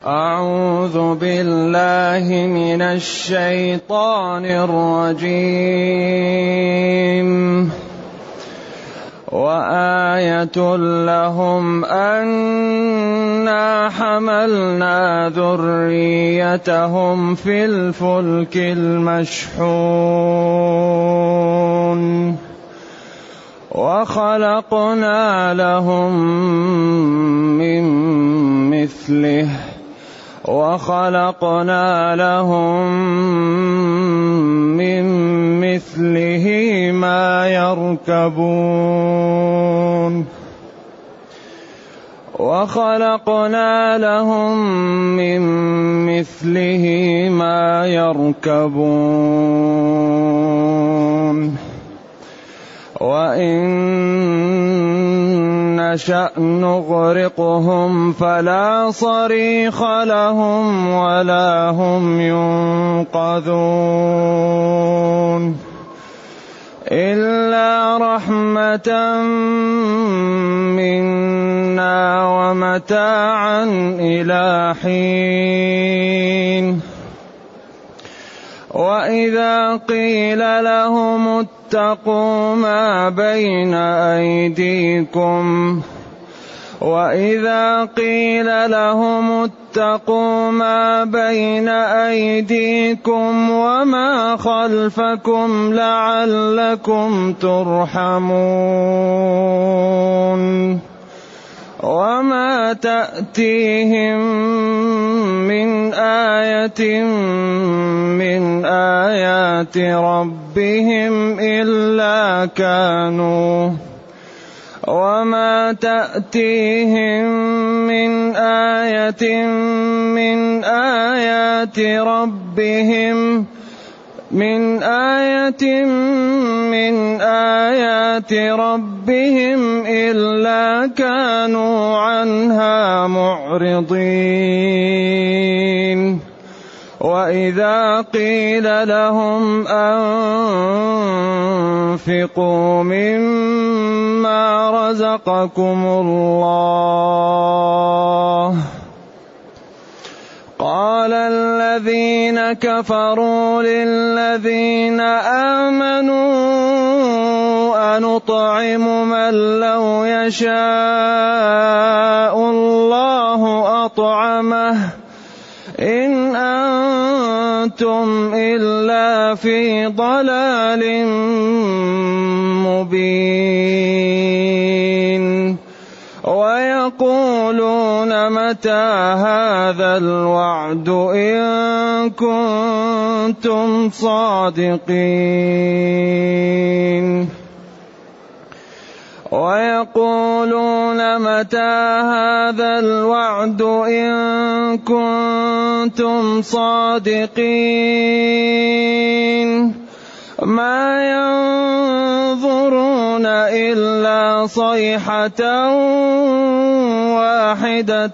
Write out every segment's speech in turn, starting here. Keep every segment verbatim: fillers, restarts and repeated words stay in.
أعوذ بالله من الشيطان الرجيم. وآية لهم أنا حملنا ذريتهم في الفلك المشحون وخلقنا لهم من مثله وخلقنا لهم من مثله ما يركبون وخلقنا لهم من مثله ما يركبون وإن نشأ نغرقهم فلا صريخ لهم ولا هم ينقذون إلا رحمة منا ومتاعا إلى حين. وإذا قيل لهم اتقوا ما بين أيديكم وإذا قيل لهم اتقوا ما بين أيديكم وما خلفكم لعلكم ترحمون وما تأتيهم من آية من آيات ربهم إلا كانوا وما تأتيهم من آية من آيات ربهم من آية من آيات ربهم إلا كانوا عنها معرضين. وإذا قيل لهم أنفقوا مما رزقكم الله قال الذين كفروا للذين آمنوا أنطعم من لو يشاء الله أطعمه إن أنتم إلا في ضلال مبين. ويقولون متى هذا الوعد إن كنتم صادقين ويقولون متى هذا الوعد إن كنتم صادقين ما ينظرون إلا صيحة واحدة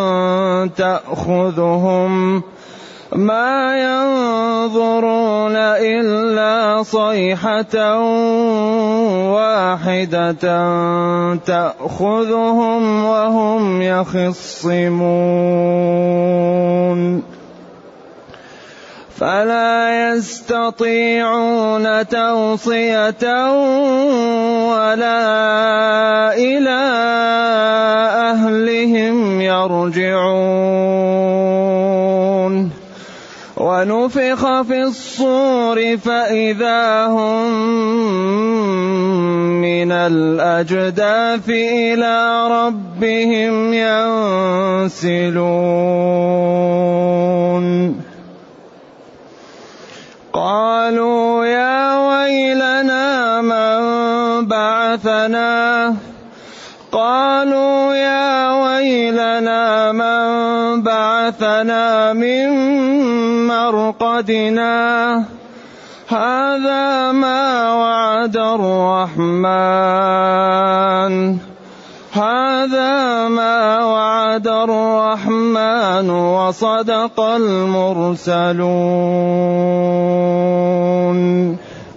تأخذهم ما ينظرون إلا صيحة واحدة تأخذهم وهم يخصمون فلا يستطيعون توصية ولا إلى أهلهم يرجعون. ونفخ في الصور فإذا هم من الأجداث إلى ربهم ينسلون قالوا يا ويلنا من بعثنا قالوا يا ويلنا من بعثنا من مرقدنا هذا ما وعد الرحمن هذا ما وعد الرحمن وصدق المرسلون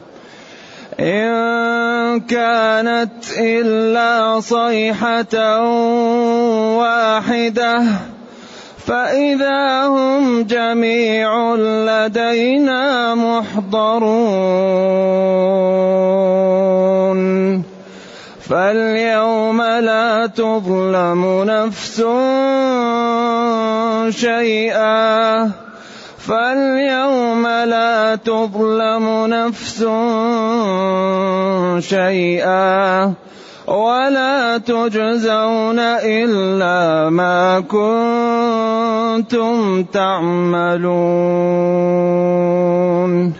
إن كانت إلا صيحة واحدة فإذا هم جميع لدينا محضرون فاليوم لا تظلم نفس شيئا فاليوم لا تظلم نفس شيئا ولا تجزون إلا ما كنتم تعملون.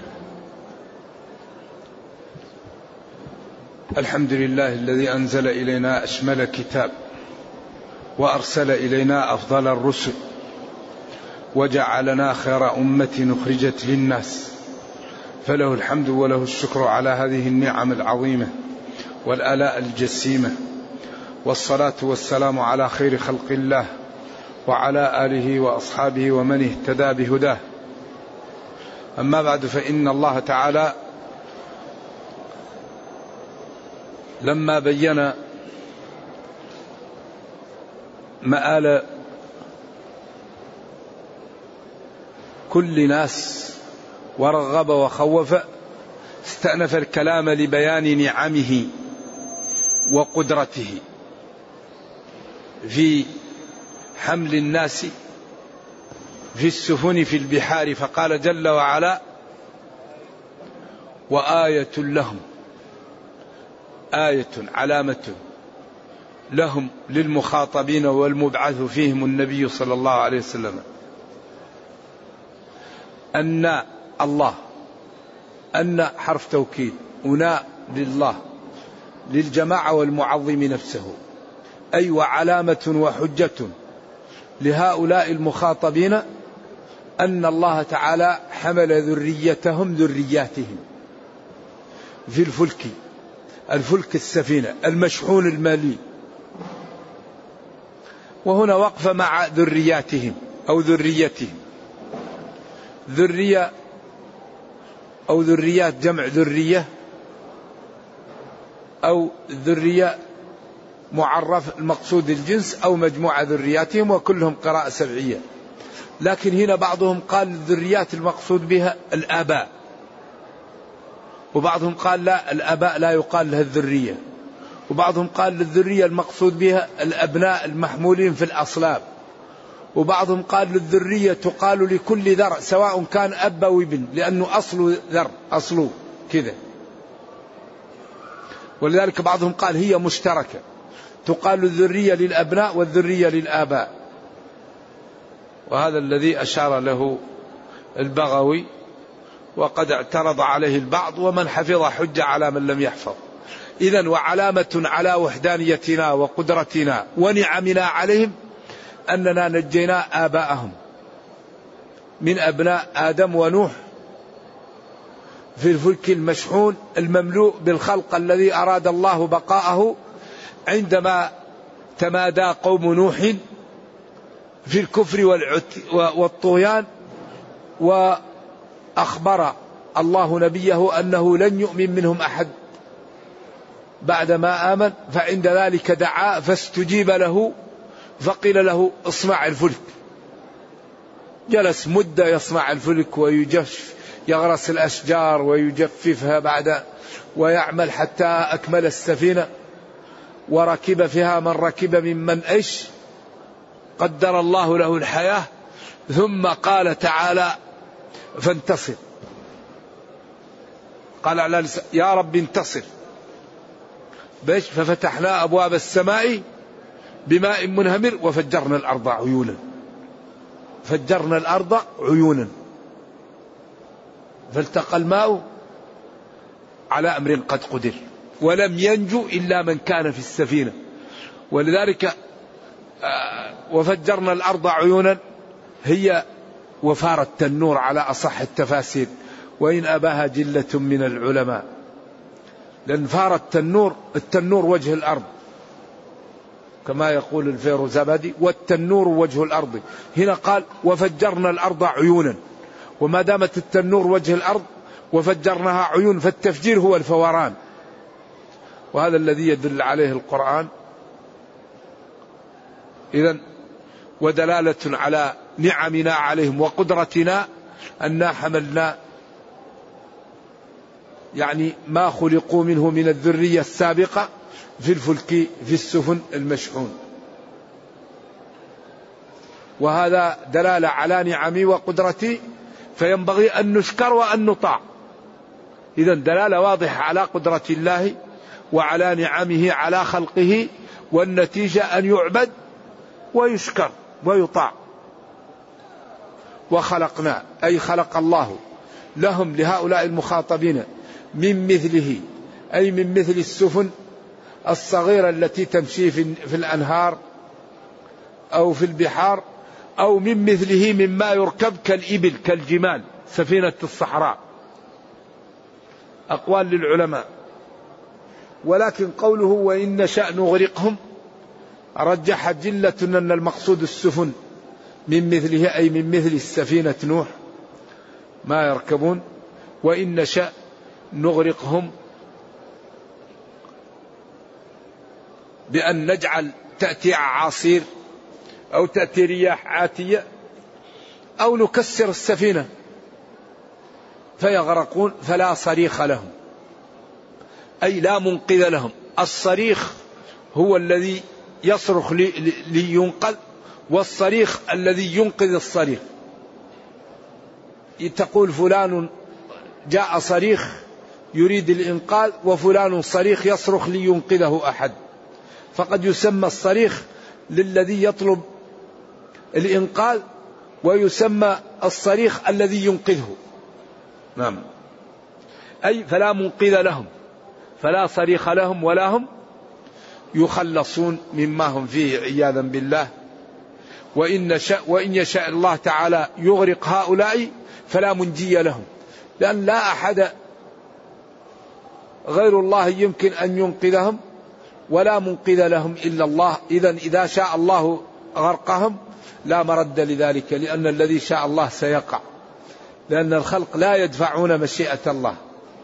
الحمد لله الذي أنزل إلينا أشمل كتاب وأرسل إلينا أفضل الرسل وجعلنا خير أمة أخرجت للناس، فله الحمد وله الشكر على هذه النعم العظيمة والآلاء الجسيمة، والصلاة والسلام على خير خلق الله وعلى آله وأصحابه ومن اهتدى بهداه. أما بعد، فإن الله تعالى لما بين مآل كل ناس ورغب وخوف استأنف الكلام لبيان نعمه وقدرته في حمل الناس في السفن في البحار، فقال جل وعلا: وآية لهم، آية علامة لهم للمخاطبين والمبعث فيهم النبي صلى الله عليه وسلم، أن الله، أن حرف توكيد، أناء لله للجماعة والمعظم نفسه، أي وعلامة وحجة لهؤلاء المخاطبين أن الله تعالى حمل ذريتهم ذرياتهم في الفلك، الفلك السفينة المشحون المالي. وهنا وقف مع ذرياتهم أو ذريتهم، ذرية أو ذريات جمع ذرية، أو ذرية معرف المقصود الجنس، أو مجموعة ذرياتهم، وكلهم قراءة سبعية. لكن هنا بعضهم قال الذريات المقصود بها الآباء، وبعضهم قال لا، الآباء لا يقال لها الذرية، وبعضهم قال للذرية المقصود بها الأبناء المحمولين في الأصلاب، وبعضهم قال للذرية تقال لكل ذر سواء كان أب أو ابن، لأنه أصل ذر، أصله كذا. ولذلك بعضهم قال هي مشتركة، تقال الذرية للأبناء والذرية للآباء، وهذا الذي أشار له البغوي، وقد اعترض عليه البعض، ومن حفظ حج على من لم يحفظ. إذن وعلامة على وحدانيتنا وقدرتنا ونعمنا عليهم أننا نجينا آباءهم من أبناء آدم ونوح في الفلك المشحون المملوء بالخلق الذي أراد الله بقاءه عندما تمادى قوم نوح في الكفر والطغيان، وأخبر الله نبيه أنه لن يؤمن منهم أحد بعدما آمن، فعند ذلك دعا فاستجيب له، فقيل له اصنع الفلك. جلس مدة يصنع الفلك ويجف، يغرس الأشجار ويجففها بعد، ويعمل حتى أكمل السفينة، وركب فيها من ركب ممن إيش قدر الله له الحياة. ثم قال تعالى: فانتصر. قال على يا رب انتصر بيش، ففتحنا أبواب السماء بماء منهمر وفجرنا الأرض عيونا، فجرنا الأرض عيونا فالتقى الماء على أمر قد قدر، ولم ينجو إلا من كان في السفينة. ولذلك وفجرنا الأرض عيونا هي وفار التنور على أصح التفاسير، وإن أباها جلة من العلماء، لأن فار التنور، التنور وجه الأرض كما يقول الفيروزابادي، والتنور وجه الأرض. هنا قال وفجرنا الأرض عيونا، وما دامت التنور وجه الأرض وفجرناها عيون، فالتفجير هو الفوران، وهذا الذي يدل عليه القرآن. إذن ودلالة على نعمنا عليهم وقدرتنا أننا حملنا يعني ما خلقوا منه من الذرية السابقة في الفلك في السفن المشحون. وهذا دلالة على نعمي وقدرتي، فينبغي أن نشكر وأن نطاع. إذن دلالة واضحة على قدرة الله وعلى نعمه على خلقه، والنتيجة أن يعبد ويشكر ويطاع. وخلقنا أي خلق الله لهم لهؤلاء المخاطبين من مثله، أي من مثل السفن الصغيرة التي تمشي في الأنهار أو في البحار، أو من مثله مما يركب كالإبل كالجمال سفينة الصحراء. أقوال للعلماء. ولكن قوله وإن نشأ نغرقهم رجح جلة أن المقصود السفن من مثله، أي من مثل السفينة نوح ما يركبون. وإن نشأ نغرقهم بأن نجعل تأتي أعاصير أو تأتي رياح عاتية أو نكسر السفينة فيغرقون فلا صريخ لهم، أي لا منقذ لهم. الصريخ هو الذي يصرخ لينقذ، والصريخ الذي ينقذ الصريخ. تقول فلان جاء صريخ يريد الإنقاذ، وفلان صريخ يصرخ لينقذه أحد. فقد يسمى الصريخ للذي يطلب الإنقاذ، ويسمى الصريخ الذي ينقذه. نعم. أي فلا منقذ لهم، فلا صريخ لهم ولا هم يخلصون مما هم فيه عياذا بالله. وإن نشأ وإن يشاء الله تعالى يغرق هؤلاء فلا منجي لهم، لأن لا أحد غير الله يمكن أن ينقذهم، ولا منقذ لهم إلا الله. إذن إذا شاء الله غرقهم لا مرد لذلك، لأن الذي شاء الله سيقع، لأن الخلق لا يدفعون مشيئة الله.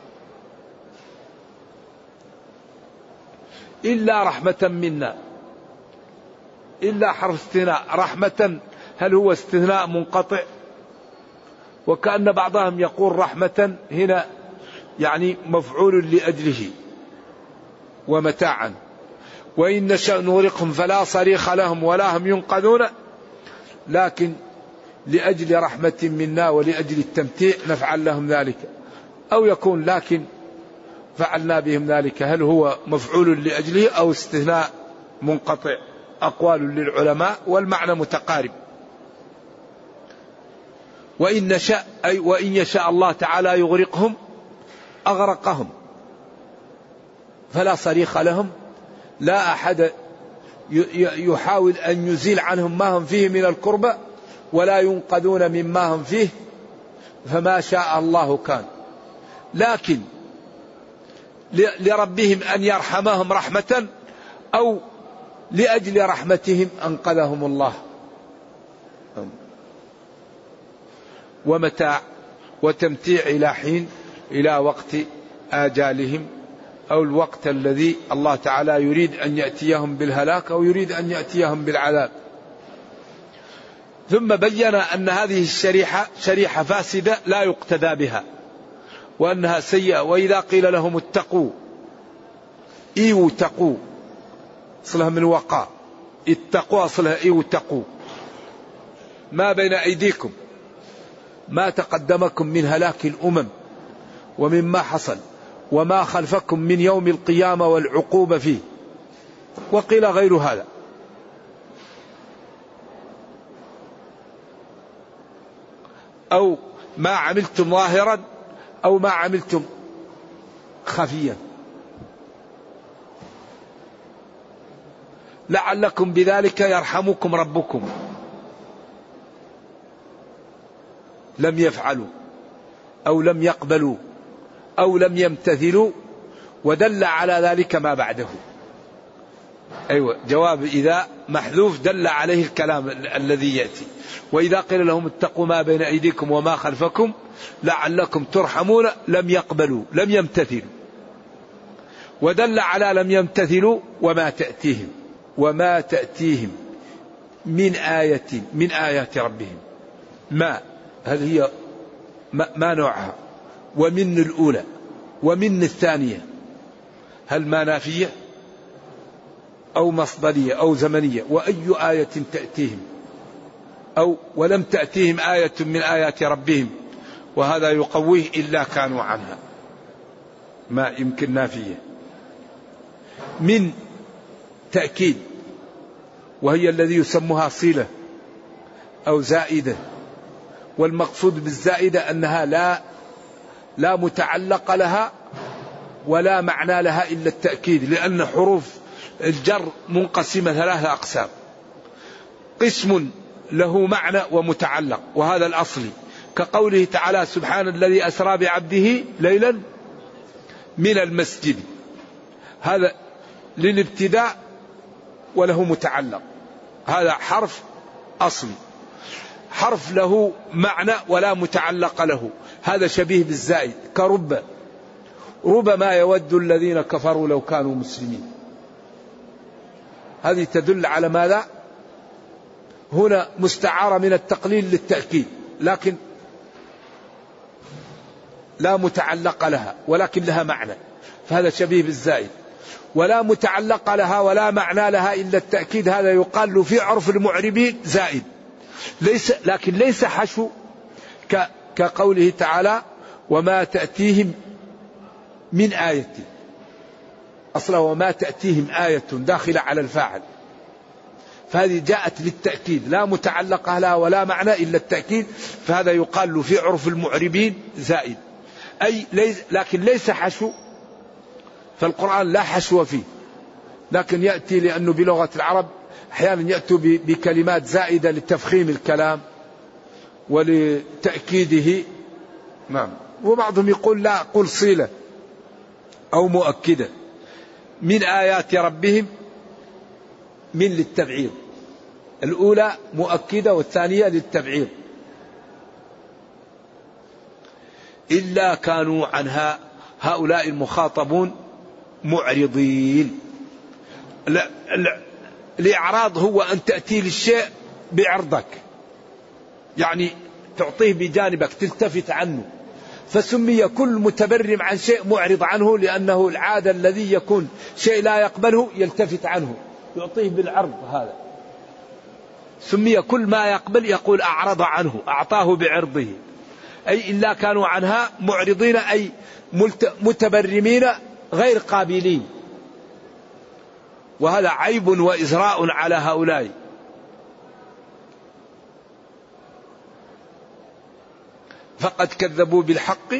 إلا رحمة منا، إلا حرف استثناء. رحمة هل هو استثناء منقطع؟ وكأن بعضهم يقول رحمة هنا يعني مفعول لأجله ومتاعا. وإن نشأ نغرقهم فلا صريخ لهم ولا هم ينقذون، لكن لأجل رحمة منا ولأجل التمتيع نفعل لهم ذلك. أو يكون لكن فعلنا بهم ذلك، هل هو مفعول لأجله أو استثناء منقطع؟ أقوال للعلماء والمعنى متقارب. وإن نشأ أي وإن يشاء الله تعالى يغرقهم أغرقهم فلا صريخ لهم، لا أحد يحاول أن يزيل عنهم ما هم فيه من الكربة، ولا ينقذون مما هم فيه، فما شاء الله كان. لكن لربهم أن يرحمهم رحمة، أو لأجل رحمتهم أنقذهم الله. ومتاع وتمتيع إلى حين، إلى وقت آجالهم، أو الوقت الذي الله تعالى يريد أن يأتيهم بالهلاك أو يريد أن يأتيهم بالعذاب. ثم بين أن هذه الشريحة شريحة فاسدة لا يقتدى بها، وأنها سيئة. وإذا قيل لهم اتقوا، إيو تقوا أصلها من وقاء، اتقوا أصلها إيو تقوا. ما بين أيديكم ما تقدمكم من هلاك الأمم ومما حصل، وما خلفكم من يوم القيامة والعقوبة فيه. وقيل غير هذا. أو ما عملتم ظاهرا أو ما عملتم خفيا، لعلكم بذلك يرحمكم ربكم. لم يفعلوا أو لم يقبلوا أو لم يمتثلوا، ودل على ذلك ما بعده. أيوة، جواب إذا محذوف دل عليه الكلام الذي يأتي. وإذا قيل لهم اتقوا ما بين أيديكم وما خلفكم لعلكم ترحمون، لم يقبلوا لم يمتثلوا، ودل على لم يمتثلوا وما تأتيهم وما تأتيهم من آية من آيات ربهم. ما هل هي ما, ما نوعها؟ ومن الأولى ومن الثانية، هل ما نافية أو مصدرية أو زمنية؟ وأي آية تأتيهم أو ولم تأتيهم آية من آيات ربهم وهذا يقويه إلا كانوا عنها. ما يمكن نافية. من تأكيد وهي الذي يسمها صلة أو زائدة، والمقصود بالزائدة أنها لا لا متعلق لها ولا معنى لها إلا التأكيد، لأن حروف الجر منقسمة ثلاثة أقسام: قسم له معنى ومتعلق وهذا الأصلي، كقوله تعالى: سبحان الذي أسرى بعبده ليلا من المسجد، هذا للابتداء وله متعلق، هذا حرف أصلي. حرف له معنى ولا متعلق له، هذا شبيه بالزائد، كرب، ربما يود الذين كفروا لو كانوا مسلمين. هذه تدل على ماذا؟ هنا مستعارة من التقليل للتأكيد، لكن لا متعلق لها ولكن لها معنى، فهذا شبيه بالزائد. ولا متعلق لها ولا معنى لها إلا التأكيد، هذا يقال في عرف المعربين زائد، ليس لكن ليس حشو، كقوله تعالى: وما تأتيهم من آية. أصلا وما تأتيهم آية داخلة على الفاعل، فهذه جاءت للتأكيد، لا متعلق لها ولا معنى إلا التأكيد، فهذا يقال في عرف المعربين زائد، أي ليس لكن ليس حشو، فالقرآن لا حشو فيه، لكن يأتي لأنه بلغة العرب أحيانا يأتوا بكلمات زائدة لتفخيم الكلام ولتأكيده. نعم. وبعضهم يقول لا، قل صلة أو مؤكدة. من آيات ربهم، من للتبعيض، الأولى مؤكدة والثانية للتبعيض. إلا كانوا عنها، هؤلاء المخاطبون معرضين. لا لا الإعراض هو أن تأتي للشيء بعرضك، يعني تعطيه بجانبك، تلتفت عنه، فسمي كل متبرم عن شيء معرض عنه، لأنه العادة الذي يكون شيء لا يقبله يلتفت عنه، يعطيه بالعرض، هذا سمي كل ما يقبل يقول أعرض عنه، أعطاه بعرضه. أي إلا كانوا عنها معرضين، أي متبرمين غير قابلين، وهذا عيب وإزراء على هؤلاء. فقد كذبوا بالحق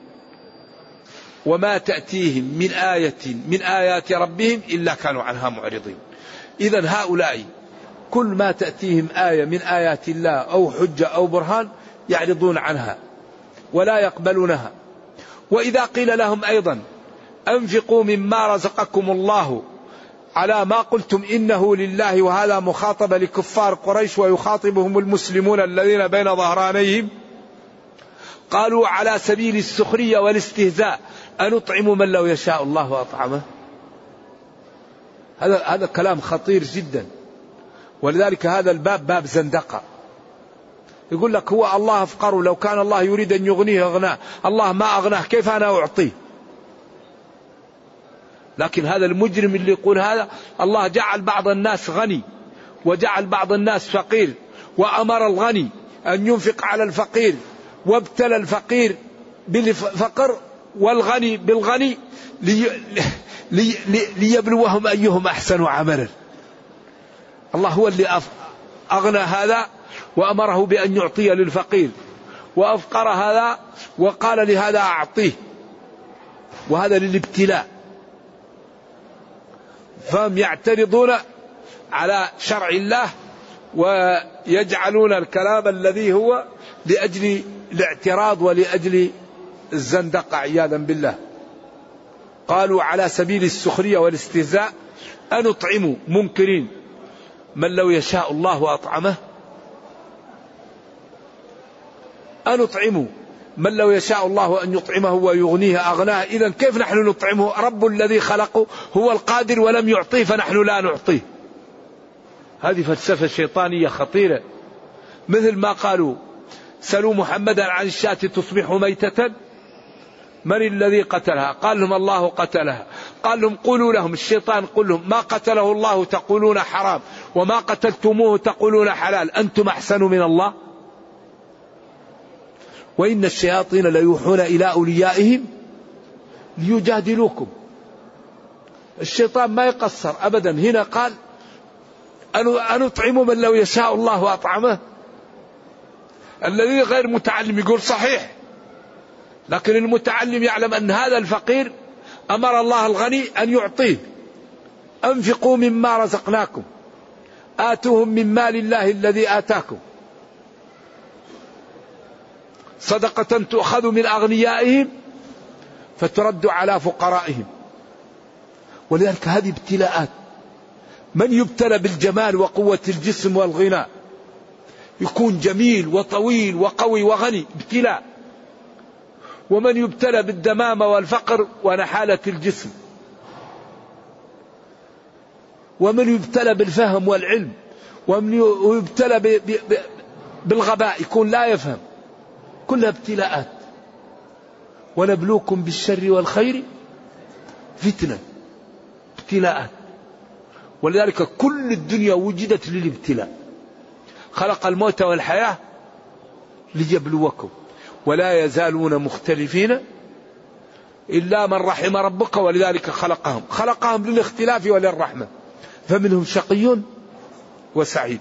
وما تأتيهم من آية من آيات ربهم إلا كانوا عنها معرضين. إذن هؤلاء كل ما تأتيهم آية من آيات الله أو حجة أو برهان يعرضون عنها ولا يقبلونها. وإذا قيل لهم أيضا أنفقوا مما رزقكم الله على ما قلتم إنه لله، وهذا مخاطبة لكفار قريش ويخاطبهم المسلمون الذين بين ظهرانيهم، قالوا على سبيل السخرية والاستهزاء أنطعم من لو يشاء الله أطعمه. هذا هذا كلام خطير جدا، ولذلك هذا الباب باب زندقة. يقول لك هو الله أفقره، لو كان الله يريد أن يغنيه أغناه، الله ما أغناه كيف أنا أعطيه؟ لكن هذا المجرم اللي يقول هذا، الله جعل بعض الناس غني وجعل بعض الناس فقير، وأمر الغني أن ينفق على الفقير، وابتلى الفقير بالفقر والغني بالغني لي لي لي ليبلوهم أيهم أحسن عملا. الله هو اللي أغنى هذا وأمره بأن يعطي للفقير، وأفقر هذا وقال لهذا أعطيه، وهذا للابتلاء. فهم يعترضون على شرع الله ويجعلون الكلام الذي هو لأجل الاعتراض ولأجل الزندقة عياذا بالله. قالوا على سبيل السخرية والاستهزاء أنطعم، منكرين، من لو يشاء الله أطعمه. أنطعم من لو يشاء الله أن يطعمه ويغنيه أغناه. إذن كيف نحن نطعمه؟ رب الذي خلقه هو القادر ولم يعطيه، فنحن لا نعطيه. هذه فلسفة شيطانية خطيرة. مثل ما قالوا سألوا محمدا عن الشاة تصبح ميتة من الذي قتلها؟ قال لهم الله قتلها. قال لهم قولوا لهم الشيطان قل لهم ما قتله الله تقولون حرام وما قتلتموه تقولون حلال، أنتم أحسن من الله؟ وإن الشياطين ليوحون إلى أوليائهم ليجادلوكم. الشيطان ما يقصر أبدا. هنا قال أن أطعم من لو يشاء الله أطعمه. الذي غير متعلم يقول صحيح، لكن المتعلم يعلم أن هذا الفقير أمر الله الغني أن يعطيه. أنفقوا مما رزقناكم آتوهم من مال الله الذي آتاكم صدقة تؤخذ من أغنيائهم فترد على فقرائهم. ولذلك هذه ابتلاءات. من يبتلى بالجمال وقوة الجسم والغنى يكون جميل وطويل وقوي وغني، ابتلاء. ومن يبتلى بالدمامة والفقر ونحالة الجسم. ومن يبتلى بالفهم والعلم. ومن يبتلى بالغباء يكون لا يفهم. كلها ابتلاءات. ونبلوكم بالشر والخير فتنة، ابتلاءات. ولذلك كل الدنيا وجدت للابتلاء. خلق الموت والحياة ليبلوكم ولا يزالون مختلفين إلا من رحم ربك ولذلك خلقهم خلقهم للاختلاف وللرحمة فمنهم شقي وسعيد.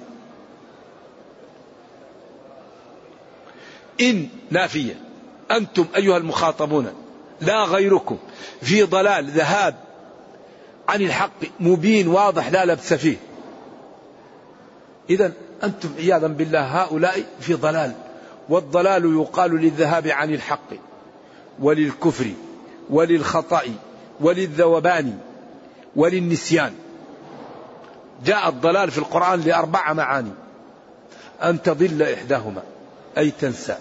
إن نافية أنتم أيها المخاطبون لا غيركم في ضلال ذهاب عن الحق مبين واضح لا لبس فيه. إذن أنتم عياذا بالله هؤلاء في ضلال. والضلال يقال للذهاب عن الحق وللكفر وللخطأ وللذوبان وللنسيان. جاء الضلال في القرآن لأربع معاني: أن تضل إحداهما أي تنسى،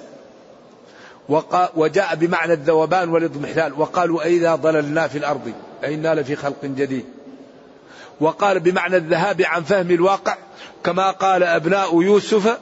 وجاء بمعنى الذوبان والاضمحلال وقالوا أئذا ضللنا في الأرض أئنا لفي خلق جديد. وقال بمعنى الذهاب عن فهم الواقع كما قال أبناء يوسف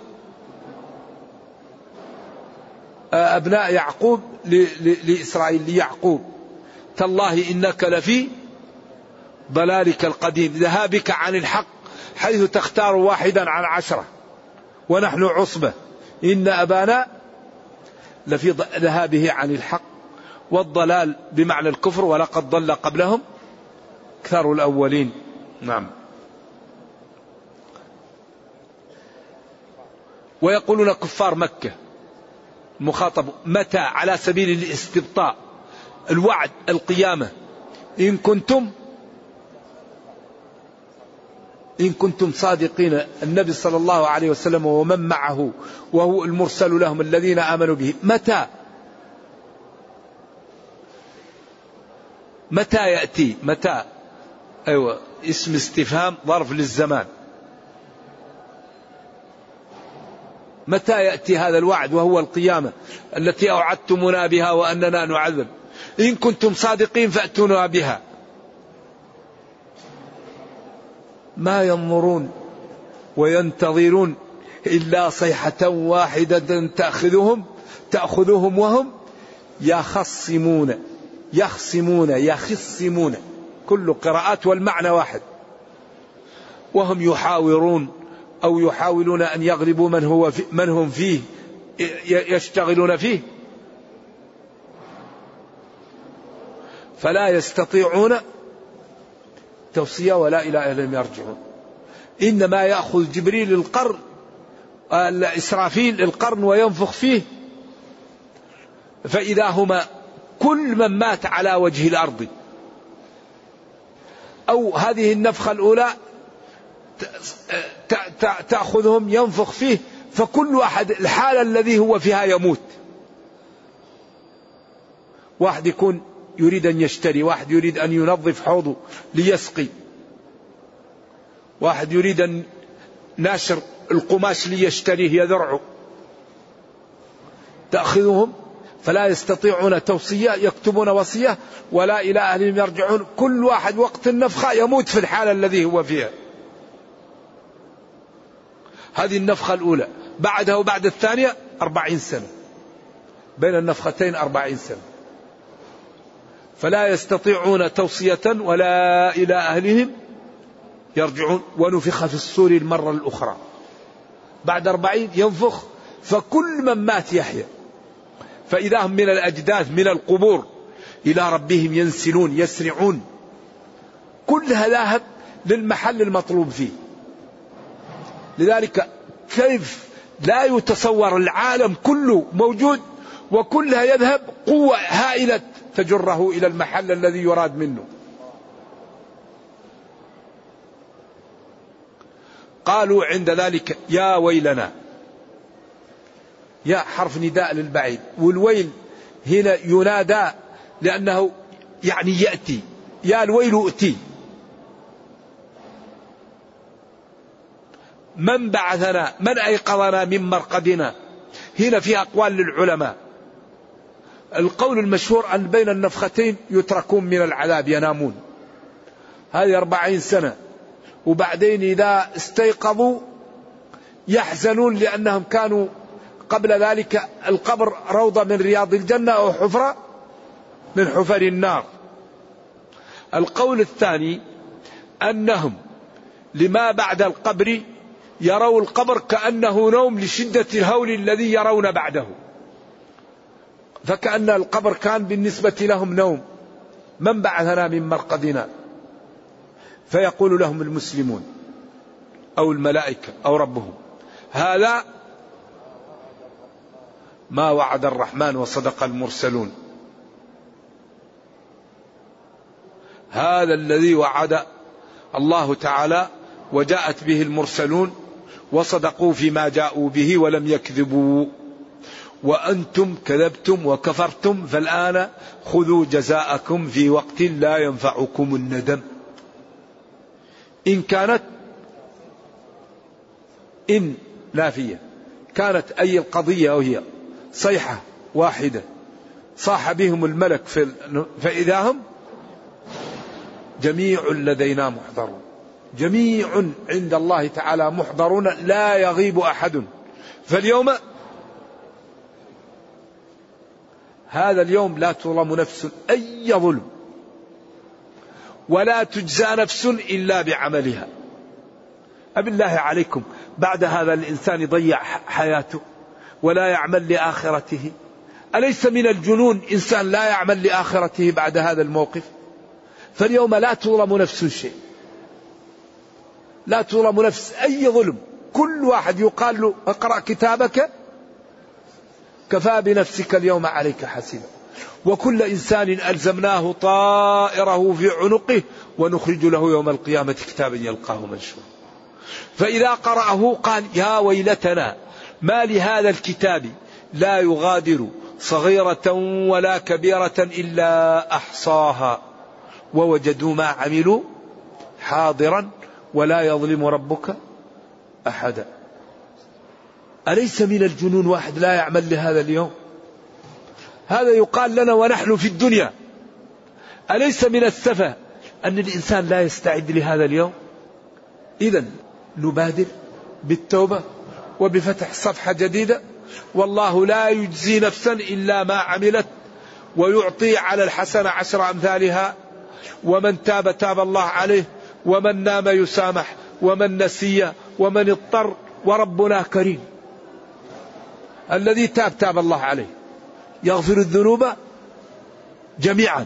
أبناء يعقوب لإسرائيل ليعقوب تالله إنك لفي ضلالك القديم، ذهابك عن الحق حيث تختار واحدا عن عشرة ونحن عصبة إن أبانا لفي ذهابه عن الحق. والضلال بمعنى الكفر ولقد ضل قبلهم أكثر الأولين. نعم. ويقولون كفار مكة مخاطب متى على سبيل الاستبطاء الوعد القيامة إن كنتم إن كنتم صادقين. النبي صلى الله عليه وسلم ومن معه وهو المرسل لهم الذين آمنوا به متى متى يأتي متى أيوة اسم استفهام ظرف للزمان. متى يأتي هذا الوعد وهو القيامة التي أوعدتمنا بها وأننا نعذب؟ إن كنتم صادقين فأتونا بها. ما ينظرون وينتظرون إلا صيحة واحدة تأخذهم تأخذهم وهم يخصمون يخصمون يخصمون كل قراءات والمعنى واحد. وهم يحاورون أو يحاولون أن يغلبوا من هو في من هم فيه يشتغلون فيه فلا يستطيعون توصية ولا إلى أهلهم يرجعون. إنما يأخذ جبريل القرن إسرافيل القرن وينفخ فيه فإذا هما كل من مات على وجه الأرض أو هذه النفخة الأولى تأخذهم ينفخ فيه فكل واحد الحالة الذي هو فيها يموت. واحد يكون يريد أن يشتري، واحد يريد أن ينظف حوضه ليسقي، واحد يريد أن ناشر القماش ليشتريه يذرعه. تأخذهم فلا يستطيعون توصية يكتبون وصية ولا إلى أهلهم يرجعون. كل واحد وقت النفخة يموت في الحالة الذي هو فيها. هذه النفخة الأولى، بعدها وبعد الثانية أربعين سنة، بين النفختين أربعين سنة، فلا يستطيعون توصية ولا إلى أهلهم يرجعون. ونفخ في الصور المرة الأخرى بعد أربعين ينفخ، فكل من مات يحيى، فإذا هم من الأجداث من القبور إلى ربهم ينسلون يسرعون. كلها ذاهب للمحل المطلوب فيه. لذلك كيف لا يتصور العالم كله موجود وكلها يذهب قوة هائلة تجره إلى المحل الذي يراد منه. قالوا عند ذلك يا ويلنا، يا حرف نداء للبعيد، والويل هنا ينادى لأنه يعني يأتي، يا الويل ائتي. من بعثنا، من أيقظنا من مرقدنا. هنا في أقوال للعلماء. القول المشهور أن بين النفختين يتركون من العذاب ينامون، هذه أربعين سنة، وبعدين إذا استيقظوا يحزنون لأنهم كانوا قبل ذلك القبر روضة من رياض الجنة أو حفرة من حفر النار. القول الثاني أنهم لما بعد القبر يروا القبر كأنه نوم لشدة الهول الذي يرون بعده، فكأن القبر كان بالنسبة لهم نوم. من بعثنا من مرقدنا، فيقول لهم المسلمون أو الملائكة أو ربهم هذا ما وعد الرحمن وصدق المرسلون، هذا الذي وعد الله تعالى وجاءت به المرسلون وصدقوا فيما جاءوا به ولم يكذبوا، وأنتم كذبتم وكفرتم فالآن خذوا جزاءكم في وقت لا ينفعكم الندم. إن كانت إن نافية كانت أي القضية وهي صيحة واحدة صاح بهم الملك فإذا هم جميع لدينا محضرون، جميع عند الله تعالى محضرون لا يغيب أحد. فاليوم هذا اليوم لا تظلم نفس أي ظلم ولا تجزى نفس إلا بعملها. أبالله عليكم بعد هذا الإنسان يضيع حياته ولا يعمل لآخرته؟ أليس من الجنون إنسان لا يعمل لآخرته بعد هذا الموقف؟ فاليوم لا تظلم نفس شيء، لا تظلم نفس أي ظلم. كل واحد يقال له اقرأ كتابك كفى بنفسك اليوم عليك حسيبا. وكل إنسان ألزمناه طائره في عنقه ونخرج له يوم القيامة كتابا يلقاه منشورا. فإذا قرأه قال يا ويلتنا ما لهذا الكتاب لا يغادر صغيرة ولا كبيرة إلا أحصاها ووجدوا ما عملوا حاضرا ولا يظلم ربك أحدا. أليس من الجنون واحد لا يعمل لهذا اليوم؟ هذا يقال لنا ونحن في الدنيا. أليس من السفه أن الإنسان لا يستعد لهذا اليوم؟ إذن نبادر بالتوبة وبفتح صفحة جديدة، والله لا يجزي نفسا إلا ما عملت، ويعطي على الحسنة عشر أمثالها، ومن تاب تاب الله عليه، ومن نام يسامح، ومن نسي، ومن اضطر، وربنا كريم. الذي تاب تاب الله عليه، يغفر الذنوب جميعا،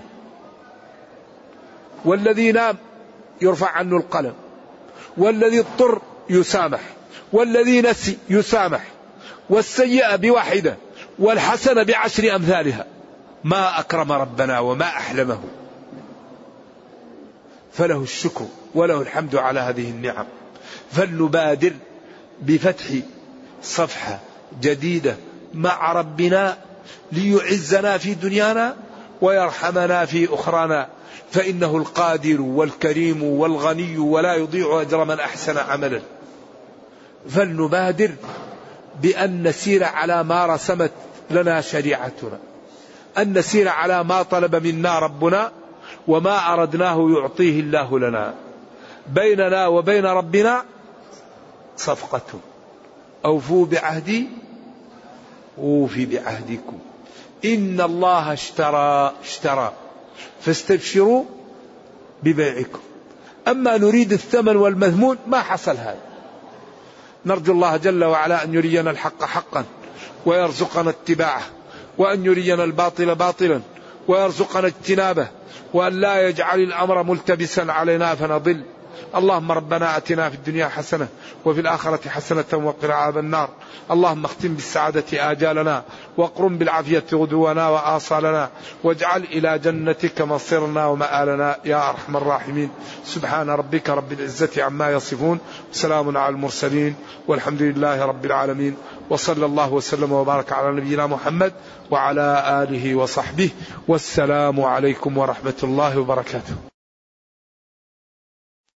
والذي نام يرفع عنه القلم، والذي اضطر يسامح، والذي نسي يسامح، والسيئة بواحدة والحسنة بعشر أمثالها. ما أكرم ربنا وما أحلمه، فله الشكر وله الحمد على هذه النعم. فلنبادر بفتح صفحة جديدة مع ربنا ليعزنا في دنيانا ويرحمنا في أخرانا، فإنه القادر والكريم والغني ولا يضيع أجر من أحسن عملا. فلنبادر بأن نسير على ما رسمت لنا شريعتنا، أن نسير على ما طلب منا ربنا، وما أردناه يعطيه الله لنا. بيننا وبين ربنا صفقة، أوفوا بعهدي أوفي بعهدكم إن الله اشترى اشترى فاستبشروا ببيعكم. أما نريد الثمن والمذمون ما حصل هذا. نرجو الله جل وعلا أن يرينا الحق حقا ويرزقنا اتباعه، وأن يرينا الباطل باطلا ويرزقنا اجتنابه، وأن لا يجعل الأمر ملتبسا علينا فنضل. اللهم ربنا أتنا في الدنيا حسنة وفي الآخرة حسنة وقنا عذاب النار. اللهم اختم بالسعادة آجالنا واقرم بالعافية غدونا وآصالنا، واجعل إلى جنتك مصيرنا ومآلنا يا أرحم الراحمين. سبحان ربك رب العزة عما يصفون، سلام على المرسلين، والحمد لله رب العالمين، وصلى الله وسلم وبارك على نبينا محمد وعلى آله وصحبه، والسلام عليكم ورحمة الله وبركاته.